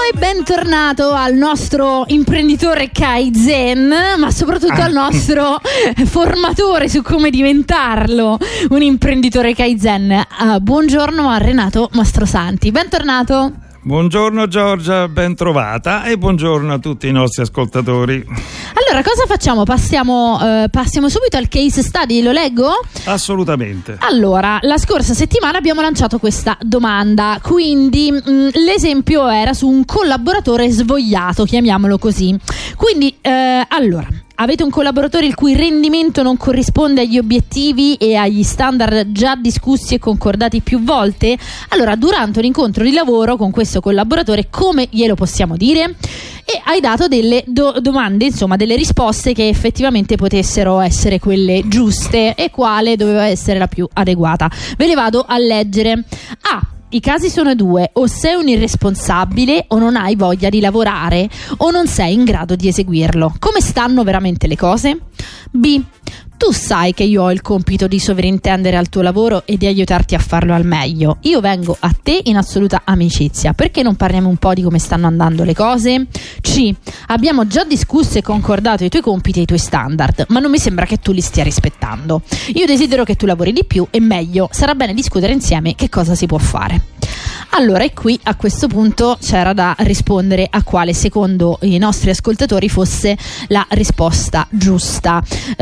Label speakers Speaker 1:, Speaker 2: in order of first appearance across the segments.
Speaker 1: e bentornato al nostro imprenditore Kaizen, ma soprattutto al nostro formatore su come diventarlo un imprenditore Kaizen. Buongiorno a Renato Mastrosanti, bentornato.
Speaker 2: Buongiorno Giorgia, ben trovata, e buongiorno a tutti i nostri ascoltatori.
Speaker 1: Allora, cosa facciamo? Passiamo subito al case study, lo leggo?
Speaker 2: Assolutamente.
Speaker 1: Allora, la scorsa settimana abbiamo lanciato questa domanda, quindi l'esempio era su un collaboratore svogliato, chiamiamolo così. Quindi, allora, avete un collaboratore il cui rendimento non corrisponde agli obiettivi e agli standard già discussi e concordati più volte? Allora, durante un incontro di lavoro con questo collaboratore, come glielo possiamo dire? E hai dato delle domande, insomma delle risposte che effettivamente potessero essere quelle giuste e quale doveva essere la più adeguata. Ve le vado a leggere. I casi sono due: o sei un irresponsabile, o non hai voglia di lavorare, o non sei in grado di eseguirlo. Come stanno veramente le cose? B. Tu sai che io ho il compito di sovrintendere al tuo lavoro e di aiutarti a farlo al meglio. Io vengo a te in assoluta amicizia. Perché non parliamo un po' di come stanno andando le cose? C. Abbiamo già discusso e concordato i tuoi compiti e i tuoi standard, ma non mi sembra che tu li stia rispettando. Io desidero che tu lavori di più e meglio. Sarà bene discutere insieme che cosa si può fare. Allora, e qui a questo punto c'era da rispondere a quale secondo i nostri ascoltatori fosse la risposta giusta.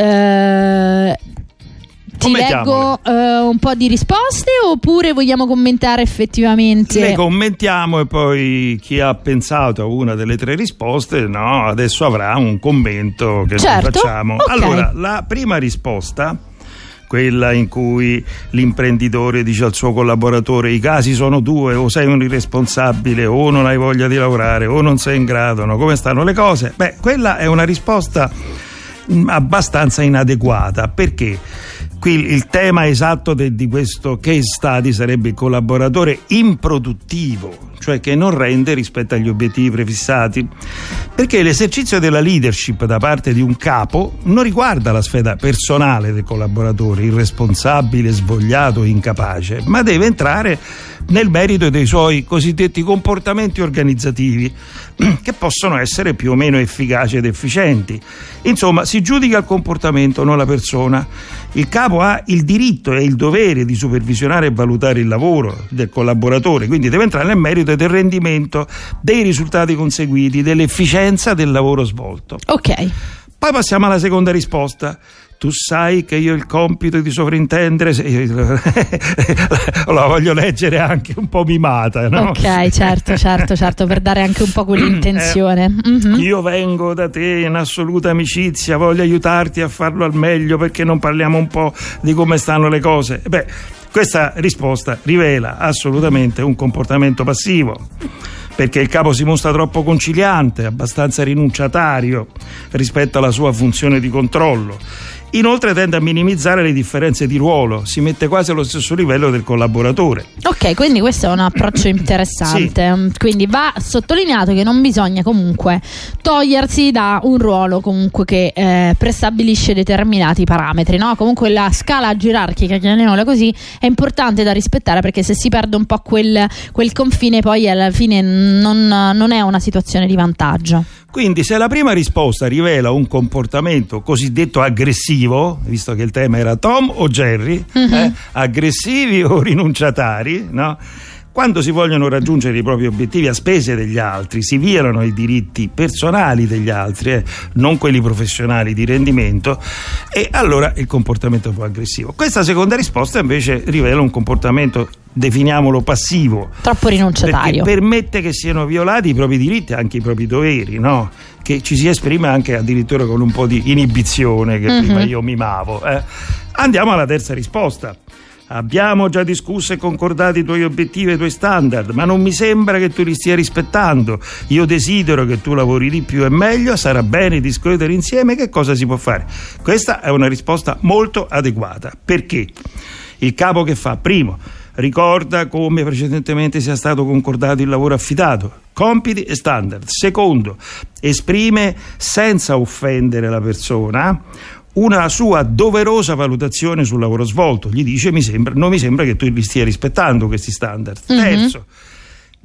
Speaker 1: Ti leggo un po' di risposte, oppure vogliamo commentare effettivamente?
Speaker 2: Le commentiamo e poi chi ha pensato a una delle tre risposte, no, adesso avrà un commento che noi facciamo.
Speaker 1: Okay.
Speaker 2: Allora, la prima risposta, quella in cui l'imprenditore dice al suo collaboratore: i casi sono due, o sei un irresponsabile, o non hai voglia di lavorare, o non sei in grado, no? Come stanno le cose? Beh, quella è una risposta abbastanza inadeguata, perché qui il tema esatto di questo case study sarebbe il collaboratore improduttivo, cioè che non rende rispetto agli obiettivi prefissati, perché l'esercizio della leadership da parte di un capo non riguarda la sfera personale del collaboratore irresponsabile, svogliato, incapace, ma deve entrare nel merito dei suoi cosiddetti comportamenti organizzativi, che possono essere più o meno efficaci ed efficienti. Insomma, si giudica il comportamento, non la persona. Il capo ha il diritto e il dovere di supervisionare e valutare il lavoro del collaboratore, quindi deve entrare nel merito del rendimento, dei risultati conseguiti, dell'efficienza del lavoro svolto.
Speaker 1: Ok.
Speaker 2: Poi passiamo alla seconda risposta. Tu sai che io ho il compito di sovrintendere, la voglio leggere anche un po' mimata, no?
Speaker 1: Ok, certo, per dare anche un po' quell'intenzione.
Speaker 2: Io vengo da te in assoluta amicizia, voglio aiutarti a farlo al meglio, perché non parliamo un po' di come stanno le cose? Beh, questa risposta rivela assolutamente un comportamento passivo, perché il capo si mostra troppo conciliante, abbastanza rinunciatario rispetto alla sua funzione di controllo. Inoltre tende a minimizzare le differenze di ruolo, si mette quasi allo stesso livello del collaboratore. Ok,
Speaker 1: quindi questo è un approccio interessante. Sì. Quindi va sottolineato che non bisogna comunque togliersi da un ruolo comunque che prestabilisce determinati parametri, no? Comunque la scala gerarchica, chiamiamola così, è importante da rispettare, perché se si perde un po' quel confine, poi alla fine non è una situazione di vantaggio.
Speaker 2: Quindi se la prima risposta rivela un comportamento cosiddetto aggressivo, visto che il tema era Tom o Jerry, aggressivi o rinunciatari, no? Quando si vogliono raggiungere i propri obiettivi a spese degli altri, si violano i diritti personali degli altri, non quelli professionali di rendimento, e allora il comportamento è un po' aggressivo. Questa seconda risposta invece rivela un comportamento, definiamolo passivo,
Speaker 1: troppo rinunciatario,
Speaker 2: perché permette che siano violati i propri diritti e anche i propri doveri, no? Che ci si esprime anche addirittura con un po' di inibizione che prima io mimavo. Andiamo alla terza risposta. Abbiamo già discusso e concordato i tuoi obiettivi e i tuoi standard, ma non mi sembra che tu li stia rispettando. Io desidero che tu lavori di più e meglio, sarà bene discutere insieme che cosa si può fare. Questa è una risposta molto adeguata. Perché? Il capo che fa? Primo, ricorda come precedentemente sia stato concordato il lavoro affidato, compiti e standard. Secondo, esprime senza offendere la persona una sua doverosa valutazione sul lavoro svolto. Gli dice: non mi sembra che tu li stia rispettando questi standard. Terzo,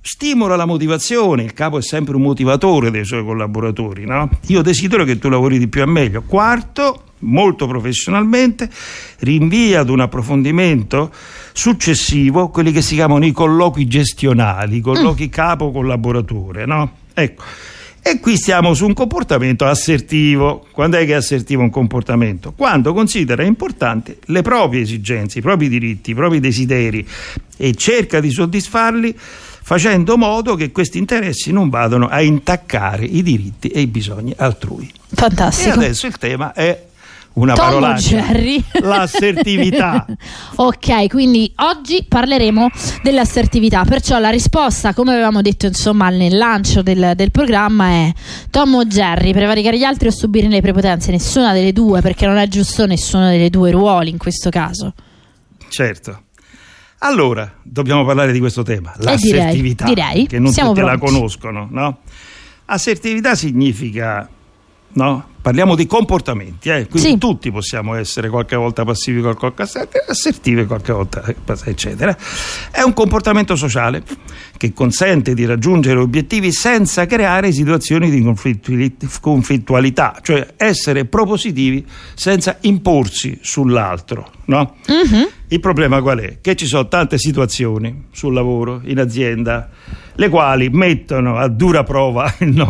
Speaker 2: stimola la motivazione, il capo è sempre un motivatore dei suoi collaboratori, no? Io desidero che tu lavori di più e meglio. Quarto, molto professionalmente, rinvia ad un approfondimento successivo quelli che si chiamano i colloqui gestionali, colloqui capo-collaboratore, no? Ecco. E qui stiamo su un comportamento assertivo. Quando è che è assertivo un comportamento? Quando considera importanti le proprie esigenze, i propri diritti, i propri desideri e cerca di soddisfarli facendo modo che questi interessi non vadano a intaccare i diritti e i bisogni altrui.
Speaker 1: Fantastico.
Speaker 2: E adesso il tema è una
Speaker 1: Tom
Speaker 2: parolaccia,
Speaker 1: Jerry.
Speaker 2: l'assertività.
Speaker 1: Ok, quindi oggi parleremo dell'assertività, perciò la risposta, come avevamo detto insomma nel lancio del programma, è Tom o Jerry, prevaricare gli altri o subire le prepotenze? Nessuna delle due, perché non è giusto nessuno delle due ruoli in questo caso.
Speaker 2: Certo. Allora, dobbiamo parlare di questo tema, l'assertività,
Speaker 1: direi.
Speaker 2: che non
Speaker 1: Siamo
Speaker 2: tutti
Speaker 1: pronti.
Speaker 2: la conoscono, no? Assertività significa, no? Parliamo di comportamenti, quindi
Speaker 1: Sì.
Speaker 2: tutti possiamo essere qualche volta passivi, qualche volta assertivi, qualche volta eccetera. È un comportamento sociale che consente di raggiungere obiettivi senza creare situazioni di conflittualità, cioè essere propositivi senza imporsi sull'altro, no? Il problema qual è? Che ci sono tante situazioni sul lavoro, in azienda, le quali mettono a dura prova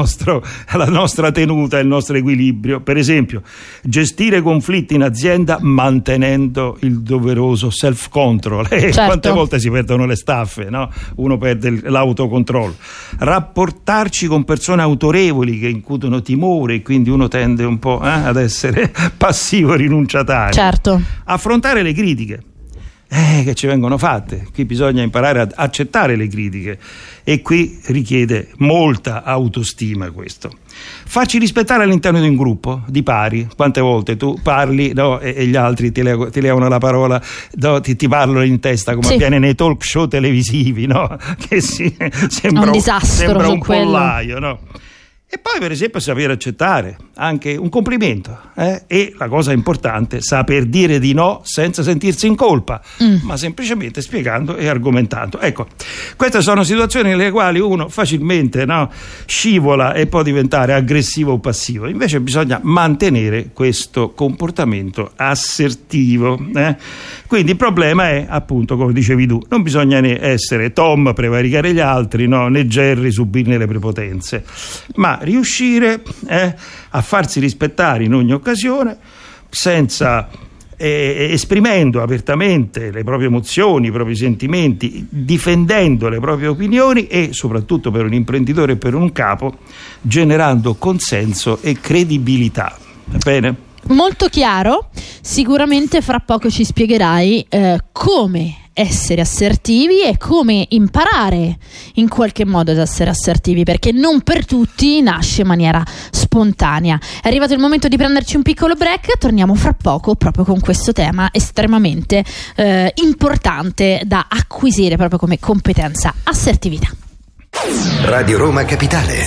Speaker 2: la nostra tenuta, il nostro equilibrio. Per esempio, gestire conflitti in azienda mantenendo il doveroso self-control.
Speaker 1: Certo.
Speaker 2: Quante volte si perdono le staffe, no? Uno perde l'autocontrollo. Rapportarci con persone autorevoli che incutono timore e quindi uno tende un po' ad essere passivo e rinunciatario.
Speaker 1: Certo.
Speaker 2: Affrontare le critiche che ci vengono fatte. Qui bisogna imparare ad accettare le critiche e qui richiede molta autostima questo. Farci rispettare all'interno di un gruppo di pari. Quante volte tu parli, no, e gli altri ti levano la parola, no, ti parlano in testa come
Speaker 1: Sì.
Speaker 2: avviene nei talk show televisivi, no? Che sembra
Speaker 1: un disastro
Speaker 2: sembra
Speaker 1: su
Speaker 2: un
Speaker 1: quello.
Speaker 2: pollaio, no? E poi per esempio sapere accettare anche un complimento, e la cosa importante, saper dire di no senza sentirsi in colpa, ma semplicemente spiegando e argomentando. Ecco, queste sono situazioni nelle quali uno facilmente, no, scivola e può diventare aggressivo o passivo. Invece bisogna mantenere questo comportamento assertivo, Quindi il problema è, appunto, come dicevi tu, non bisogna né essere Tom, prevaricare gli altri, no, né Jerry, subirne le prepotenze, ma riuscire a farsi rispettare in ogni occasione senza esprimendo apertamente le proprie emozioni, i propri sentimenti, difendendo le proprie opinioni e soprattutto per un imprenditore e per un capo generando consenso e credibilità. Va bene?
Speaker 1: Molto chiaro, sicuramente fra poco ci spiegherai come essere assertivi e come imparare in qualche modo ad essere assertivi, perché non per tutti nasce in maniera spontanea. È arrivato il momento di prenderci un piccolo break, torniamo fra poco proprio con questo tema estremamente importante da acquisire proprio come competenza: assertività.
Speaker 3: Radio Roma Capitale.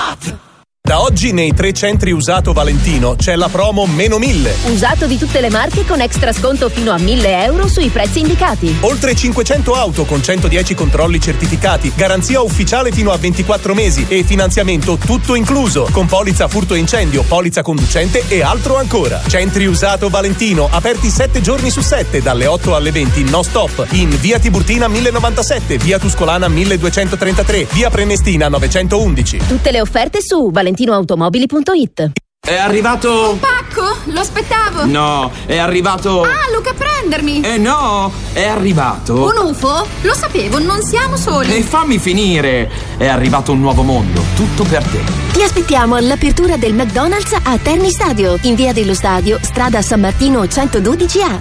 Speaker 4: Da oggi nei 3 centri usato Valentino c'è la promo meno 1000.
Speaker 5: Usato di tutte le marche con extra sconto fino a 1.000 euro sui prezzi indicati.
Speaker 4: Oltre 500 auto con 110 controlli certificati, garanzia ufficiale fino a 24 mesi e finanziamento tutto incluso, con polizza furto e incendio, polizza conducente e altro ancora. Centri usato Valentino, aperti 7 giorni su 7, dalle 8 alle 20 no stop, in via Tiburtina 1097, via Tuscolana 1233, via Prenestina 911.
Speaker 5: Tutte le offerte su valentinoautomobili.it.
Speaker 6: È arrivato...
Speaker 7: Un pacco? Lo aspettavo.
Speaker 6: No, è arrivato...
Speaker 7: Ah, Luca, prendermi.
Speaker 6: No, è arrivato...
Speaker 7: Un UFO? Lo sapevo, non siamo soli.
Speaker 6: E fammi finire. È arrivato un nuovo mondo, tutto per te.
Speaker 5: Ti aspettiamo all'apertura del McDonald's a Terni Stadio, in via dello Stadio, strada San Martino 112A.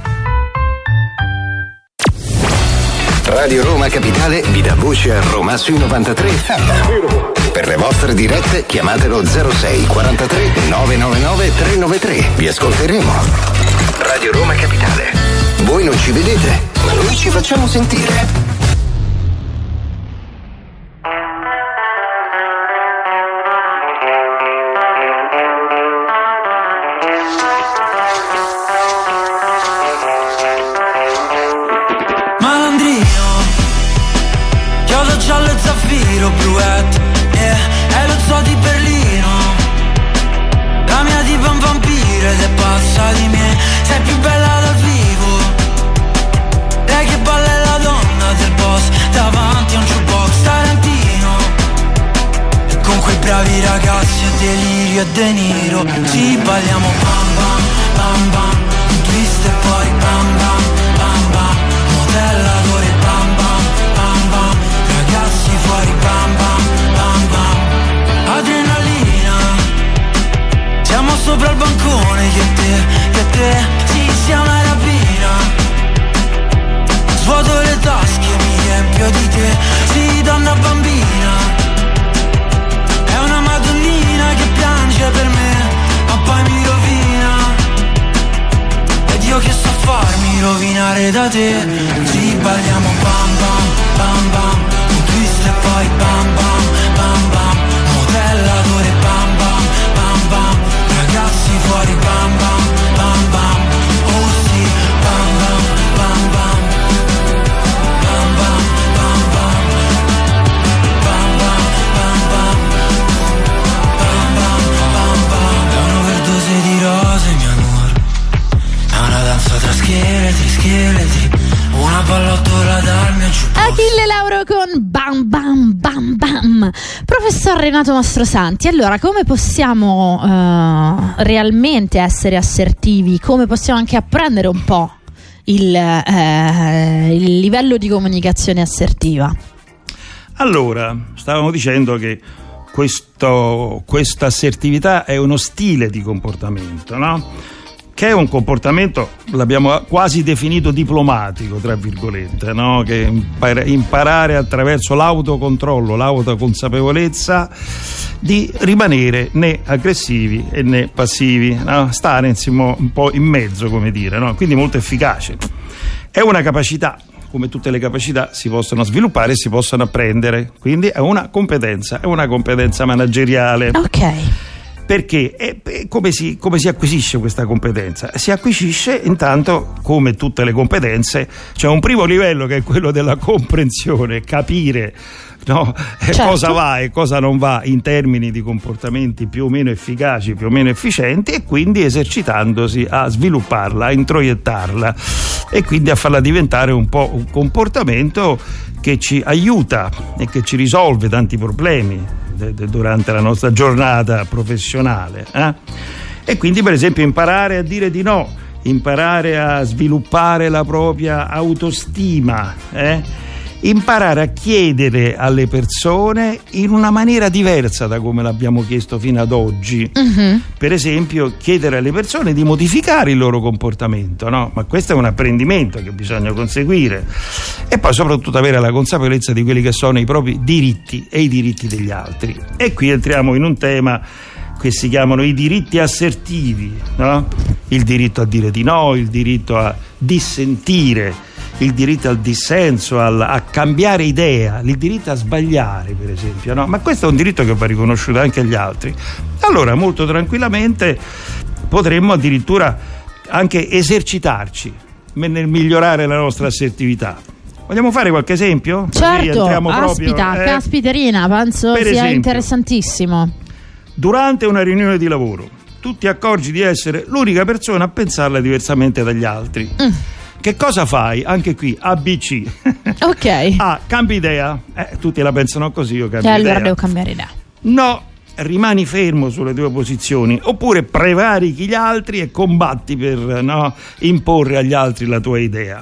Speaker 3: Radio Roma Capitale vi dà voce a Roma sui 93. Per le vostre dirette chiamatelo 06 43 999 393. Vi ascolteremo. Radio Roma Capitale. Voi non ci vedete, ma noi ci facciamo sentire.
Speaker 8: Malandrino, chiodo giallo e zaffiro, sa di me, sei più bella dal vivo. Lei che balla è la donna del boss, davanti a un jukebox Tarantino, con quei bravi ragazzi e Delirio e De Niro. Ci balliamo bam bam bam bam, un twist e poi bam bam bam bam, modellatore bam bam bam bam, ragazzi fuori bam bam bam bam, adrenalina. Siamo sopra il bancone che te, sì, sia una rapina. Svuoto le tasche, mi riempio di te, sì, donna bambina. È una madonnina che piange per me, ma poi mi rovina. Ed io che so farmi rovinare da te. Ci balliamo bam bam bam bam, un twist e poi bam bam bam bam, modellatore bam bam bam bam, ragazzi fuori bam bam bam bam, oh sì, bam bam bam bam, bam bam bam bam, bam bam bam bam, bam bam bam bam. È un'overdose di rose, mio amor, è una danza tra scheletri, una pallottola dal mio jukebox.
Speaker 1: Achille Lauro con bam bam bam bam. Professor Renato Mastrosanti, allora come possiamo realmente essere assertivi? Come possiamo anche apprendere un po' il livello di comunicazione assertiva?
Speaker 2: Allora, stavamo dicendo che questa assertività è uno stile di comportamento, no? Che è un comportamento, l'abbiamo quasi definito diplomatico, tra virgolette, no? Che imparare attraverso l'autocontrollo, l'autoconsapevolezza di rimanere né aggressivi e né passivi, no? Stare insomma un po' in mezzo, come dire, no? Quindi molto efficace. È una capacità, come tutte le capacità si possono sviluppare e si possono apprendere, quindi è una competenza manageriale.
Speaker 1: Ok.
Speaker 2: Perché come si acquisisce questa competenza? Si acquisisce intanto, come tutte le competenze, c'è un primo livello che è quello della comprensione, capire, no?
Speaker 1: Certo.
Speaker 2: Cosa va e cosa non va in termini di comportamenti più o meno efficaci, più o meno efficienti, e quindi esercitandosi a svilupparla, a introiettarla e quindi a farla diventare un po' un comportamento che ci aiuta e che ci risolve tanti problemi durante la nostra giornata professionale, E quindi, per esempio, imparare a dire di no, imparare a sviluppare la propria autostima, imparare a chiedere alle persone in una maniera diversa da come l'abbiamo chiesto fino ad oggi. Per esempio, chiedere alle persone di modificare il loro comportamento, no? Ma questo è un apprendimento che bisogna conseguire, e poi soprattutto avere la consapevolezza di quelli che sono i propri diritti e i diritti degli altri. E qui entriamo in un tema che si chiamano i diritti assertivi, no? Il diritto a dire di no, il diritto a dissentire, il diritto al dissenso, a cambiare idea, il diritto a sbagliare, per esempio, no? Ma questo è un diritto che va riconosciuto anche agli altri. Allora, molto tranquillamente potremmo addirittura anche esercitarci nel migliorare la nostra assertività. Vogliamo fare qualche esempio?
Speaker 1: Certo, caspiterina, penso sia esempio interessantissimo.
Speaker 2: Durante una riunione di lavoro tu ti accorgi di essere l'unica persona a pensarla diversamente dagli altri. Che cosa fai? Anche qui ABC.
Speaker 1: Ok.
Speaker 2: A, cambi idea. Tutti la pensano così, io cambio idea.
Speaker 1: Allora devo cambiare idea.
Speaker 2: No, rimani fermo sulle tue posizioni, oppure prevarichi gli altri e combatti per imporre agli altri la tua idea.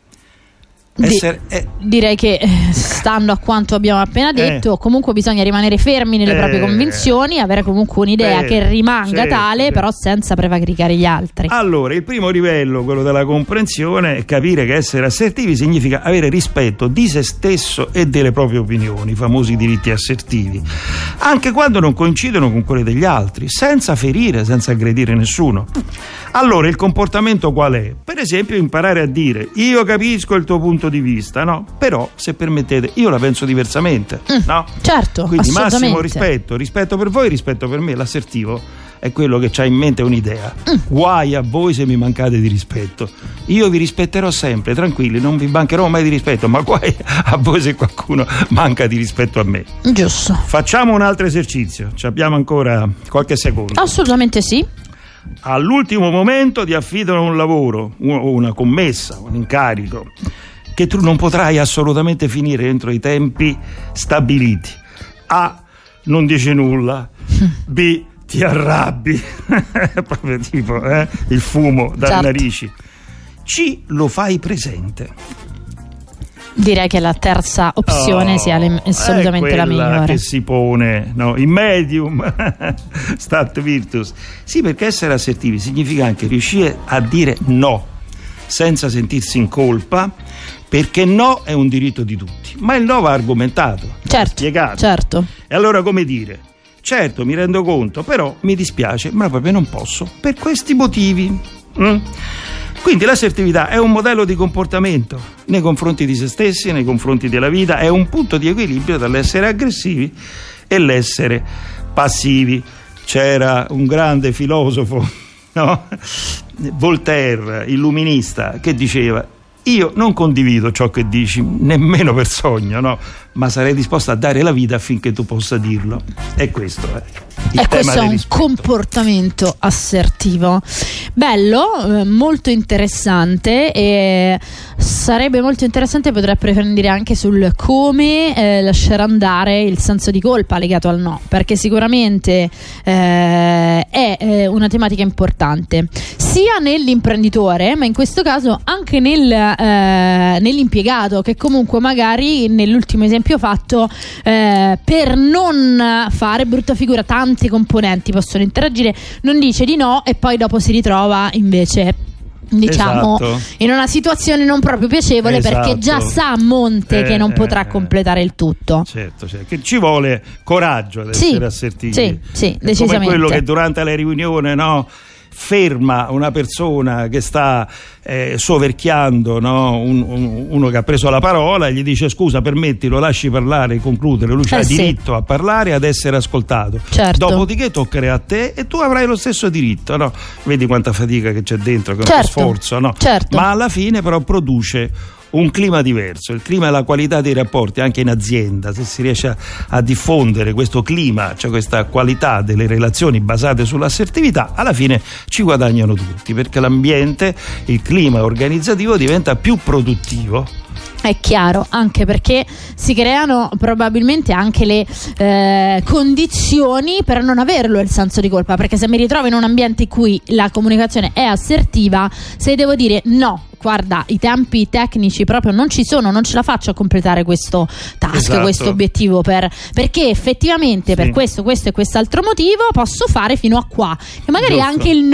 Speaker 1: Direi che stando a quanto abbiamo appena detto, comunque bisogna rimanere fermi nelle proprie convinzioni, avere comunque un'idea che rimanga tale, però senza prevaricare gli altri.
Speaker 2: Allora, il primo livello, quello della comprensione, è capire che essere assertivi significa avere rispetto di se stesso e delle proprie opinioni, i famosi diritti assertivi, anche quando non coincidono con quelli degli altri, senza ferire, senza aggredire nessuno. Allora, il comportamento qual è? Per esempio, imparare a dire: io capisco il tuo punto di vista, no? Però, se permettete, io la penso diversamente, no?
Speaker 1: Certo,
Speaker 2: quindi
Speaker 1: assolutamente.
Speaker 2: massimo rispetto per voi, rispetto per me. L'assertivo è quello che ha in mente un'idea. Guai a voi se mi mancate di rispetto. Io vi rispetterò sempre, tranquilli, non vi mancherò mai di rispetto, ma guai a voi se qualcuno manca di rispetto a me.
Speaker 1: Giusto.
Speaker 2: Facciamo un altro esercizio, ci abbiamo ancora qualche secondo.
Speaker 1: Assolutamente sì.
Speaker 2: all'ultimo momento ti affidano un lavoro, una commessa, un incarico che tu non potrai assolutamente finire entro i tempi stabiliti. A, non dice nulla. B, ti arrabbi. Proprio tipo il fumo dalle narici. C, lo fai presente.
Speaker 1: Direi che la terza opzione sia assolutamente la migliore.
Speaker 2: Che si pone, no? In medium stat virtus. Sì, perché essere assertivi significa anche riuscire a dire no senza sentirsi in colpa, perché no è un diritto di tutti, ma il no va argomentato, spiegato.
Speaker 1: Certo.
Speaker 2: E allora come dire? Certo, mi rendo conto, però mi dispiace, ma proprio non posso per questi motivi. Quindi l'assertività è un modello di comportamento nei confronti di se stessi, nei confronti della vita, è un punto di equilibrio tra l'essere aggressivi e l'essere passivi. C'era un grande filosofo, no? Voltaire, illuminista, che diceva: io non condivido ciò che dici, nemmeno per sogno, no? Ma sarei disposto a dare la vita affinché tu possa dirlo. E questo è il tema
Speaker 1: questo è
Speaker 2: del
Speaker 1: un
Speaker 2: rispetto.
Speaker 1: comportamento assertivo. Bello, molto interessante, e sarebbe molto interessante poter approfondire anche sul come lasciare andare il senso di colpa legato al no, perché sicuramente è una tematica importante sia nell'imprenditore, ma in questo caso anche nell'impiegato, che comunque magari nell'ultimo esempio fatto, per non fare brutta figura, tanti componenti possono interagire, non dice di no e poi dopo si ritrova invece, diciamo, in una situazione non proprio piacevole, perché già sa a monte che non potrà completare il tutto.
Speaker 2: Certo, che ci vuole coraggio ad essere assertivi.
Speaker 1: Sì, decisamente.
Speaker 2: Come quello che durante la riunione, no, ferma una persona che sta soverchiando, no? Uno che ha preso la parola, e gli dice: scusa, permetti, lo lasci parlare, concludere. Lui ha diritto a parlare, ad essere ascoltato.
Speaker 1: Certo.
Speaker 2: Dopodiché toccherà a te e tu avrai lo stesso diritto, no? Vedi quanta fatica che c'è dentro, quanto sforzo, no?
Speaker 1: Certo.
Speaker 2: Ma alla fine però produce un clima diverso. Il clima è la qualità dei rapporti anche in azienda. Se si riesce a diffondere questo clima, cioè questa qualità delle relazioni basate sull'assertività, alla fine ci guadagnano tutti, perché l'ambiente, il clima organizzativo diventa più produttivo.
Speaker 1: È chiaro, anche perché si creano probabilmente anche le condizioni per non averlo il senso di colpa, perché se mi ritrovo in un ambiente in cui la comunicazione è assertiva, se devo dire no, guarda, i tempi tecnici proprio non ci sono, non ce la faccio a completare questo task, questo obiettivo, perché effettivamente per questo e quest'altro motivo posso fare fino a qua, che magari è anche il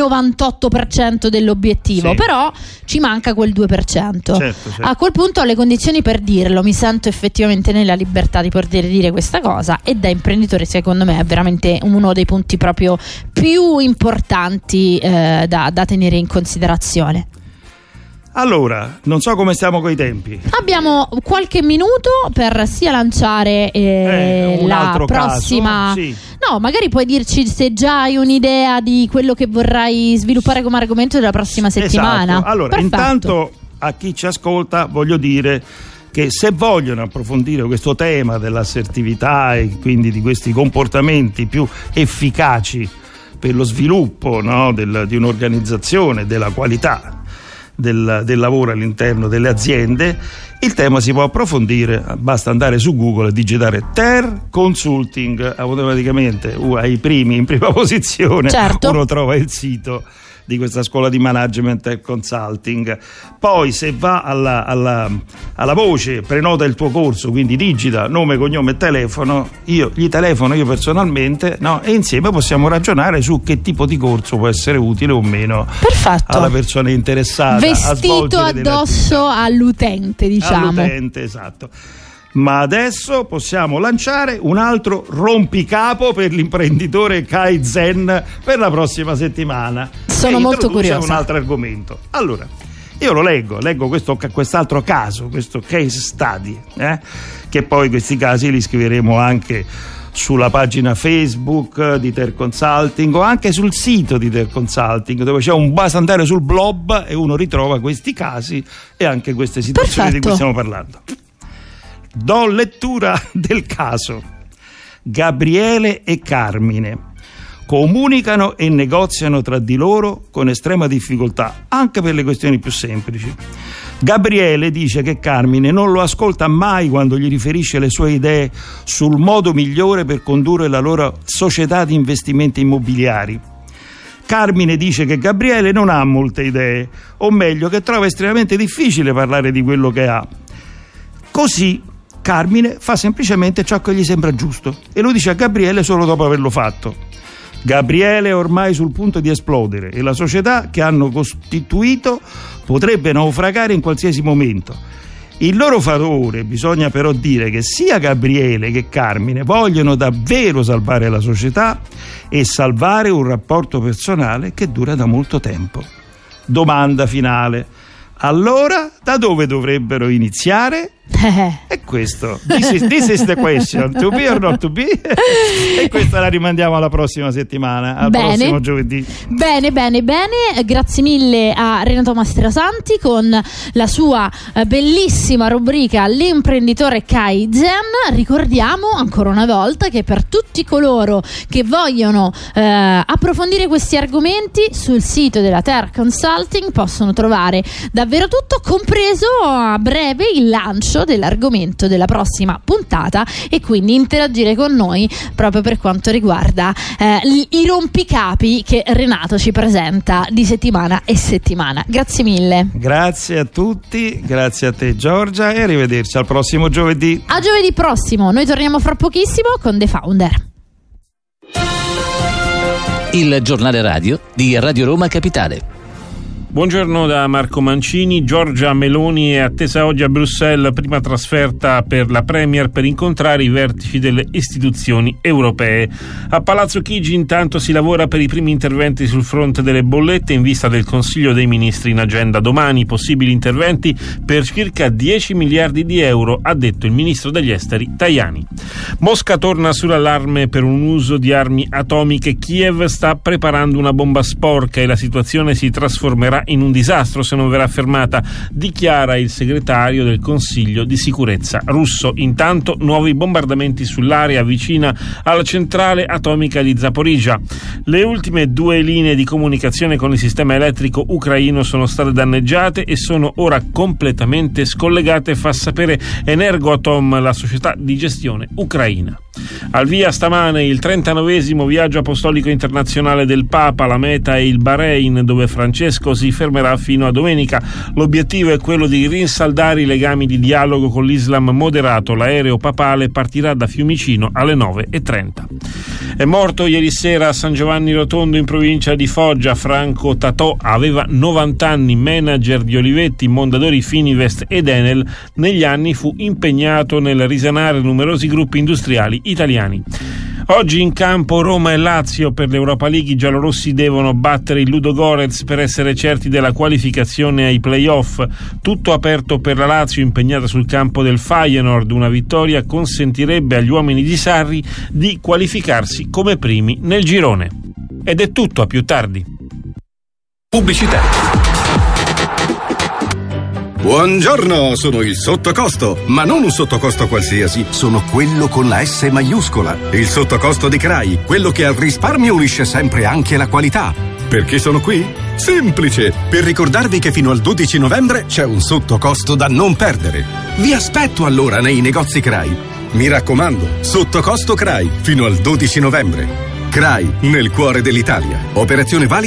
Speaker 1: 98% dell'obiettivo, però ci manca quel 2%. Certo. A quel punto ho le condizioni per dirlo, mi sento effettivamente nella libertà di poter dire questa cosa, e da imprenditore secondo me è veramente uno dei punti proprio più importanti da tenere in considerazione.
Speaker 2: Allora, non so come stiamo coi tempi.
Speaker 1: Abbiamo qualche minuto per sia lanciare la prossima. No, magari puoi dirci se già hai un'idea di quello che vorrai sviluppare come argomento della prossima settimana.
Speaker 2: Esatto. Allora, intanto a chi ci ascolta voglio dire che se vogliono approfondire questo tema dell'assertività e quindi di questi comportamenti più efficaci per lo sviluppo, no, di un'organizzazione, della qualità del lavoro all'interno delle aziende, il tema si può approfondire, basta andare su Google e digitare TER Consulting, automaticamente in prima posizione uno trova il sito di questa scuola di management e consulting. Poi se va alla voce, prenota il tuo corso, quindi digita nome, cognome e telefono, io gli telefono io personalmente, no? E insieme possiamo ragionare su che tipo di corso può essere utile o meno alla persona interessata,
Speaker 1: vestito addosso all'utente, diciamo.
Speaker 2: All'utente, esatto. Ma adesso possiamo lanciare un altro rompicapo per l'imprenditore Kaizen per la prossima settimana.
Speaker 1: Sono molto curiosa.
Speaker 2: Un altro argomento. Allora, io lo leggo quest'altro caso, questo case study, che poi questi casi li scriveremo anche sulla pagina Facebook di Ter Consulting o anche sul sito di Ter Consulting, dove c'è basta andare sul blog e uno ritrova questi casi e anche queste situazioni di cui stiamo parlando. Do lettura del caso. Gabriele e Carmine, comunicano e negoziano tra di loro con estrema difficoltà, anche per le questioni più semplici. Gabriele dice che Carmine non lo ascolta mai quando gli riferisce le sue idee sul modo migliore per condurre la loro società di investimenti immobiliari. Carmine dice che Gabriele non ha molte idee, o meglio che trova estremamente difficile parlare di quello che ha. Così Carmine fa semplicemente ciò che gli sembra giusto e lo dice a Gabriele solo dopo averlo fatto. Gabriele è ormai sul punto di esplodere e la società che hanno costituito potrebbe naufragare in qualsiasi momento. In loro favore bisogna però dire che sia Gabriele che Carmine vogliono davvero salvare la società e salvare un rapporto personale che dura da molto tempo. Domanda finale: allora da dove dovrebbero iniziare? E questo, this is the question, to be or not to be. E questa la rimandiamo alla prossima settimana, prossimo giovedì.
Speaker 1: Bene, grazie mille a Renato Mastrasanti con la sua bellissima rubrica L'imprenditore Kaizen. Ricordiamo ancora una volta che per tutti coloro che vogliono approfondire questi argomenti sul sito della Ter Consulting possono trovare davvero tutto, compreso a breve il lancio dell'argomento della prossima puntata, e quindi interagire con noi proprio per quanto riguarda i rompicapi che Renato ci presenta di settimana e settimana. Grazie mille.
Speaker 2: Grazie a tutti, grazie a te Giorgia, e arrivederci al prossimo giovedì.
Speaker 1: A giovedì prossimo, noi torniamo fra pochissimo con The Founder.
Speaker 9: Il giornale radio di Radio Roma Capitale.
Speaker 10: Buongiorno da Marco Mancini. Giorgia Meloni è attesa oggi a Bruxelles, prima trasferta per la Premier per incontrare i vertici delle istituzioni europee. A Palazzo Chigi intanto si lavora per i primi interventi sul fronte delle bollette in vista del Consiglio dei Ministri in agenda domani. Possibili interventi per circa 10 miliardi di euro, ha detto il ministro degli esteri Tajani. Mosca torna sull'allarme per un uso di armi atomiche. Kiev sta preparando una bomba sporca e la situazione si trasformerà in un disastro se non verrà fermata, dichiara il segretario del Consiglio di sicurezza russo. Intanto nuovi bombardamenti sull'area vicina alla centrale atomica di Zaporizhzhia. Le ultime 2 linee di comunicazione con il sistema elettrico ucraino sono state danneggiate e sono ora completamente scollegate, fa sapere Energoatom, la società di gestione ucraina. Al via stamane il 39esimo viaggio apostolico internazionale del Papa. La meta è il Bahrein, dove Francesco si fermerà fino a domenica. L'obiettivo è quello di rinsaldare i legami di dialogo con l'Islam moderato. L'aereo papale partirà da Fiumicino alle 9:30. È morto ieri sera a San Giovanni Rotondo in provincia di Foggia Franco Tatò. Aveva 90 anni, manager di Olivetti, Mondadori, Fininvest ed Enel. Negli anni fu impegnato nel risanare numerosi gruppi industriali italiani. Oggi in campo Roma e Lazio per l'Europa League. I giallorossi devono battere il Ludogorets per essere certi della qualificazione ai play-off. Tutto aperto per la Lazio, impegnata sul campo del Feyenoord. Una vittoria consentirebbe agli uomini di Sarri di qualificarsi come primi nel girone. Ed è tutto, a più tardi.
Speaker 11: Pubblicità. Buongiorno, sono il sottocosto, ma non un sottocosto qualsiasi, sono quello con la S maiuscola. Il sottocosto di CRAI, quello che al risparmio unisce sempre anche la qualità. Perché sono qui? Semplice, per ricordarvi che fino al 12 novembre c'è un sottocosto da non perdere. Vi aspetto allora nei negozi CRAI. Mi raccomando, sottocosto CRAI, fino al 12 novembre. CRAI, nel cuore dell'Italia. Operazione valida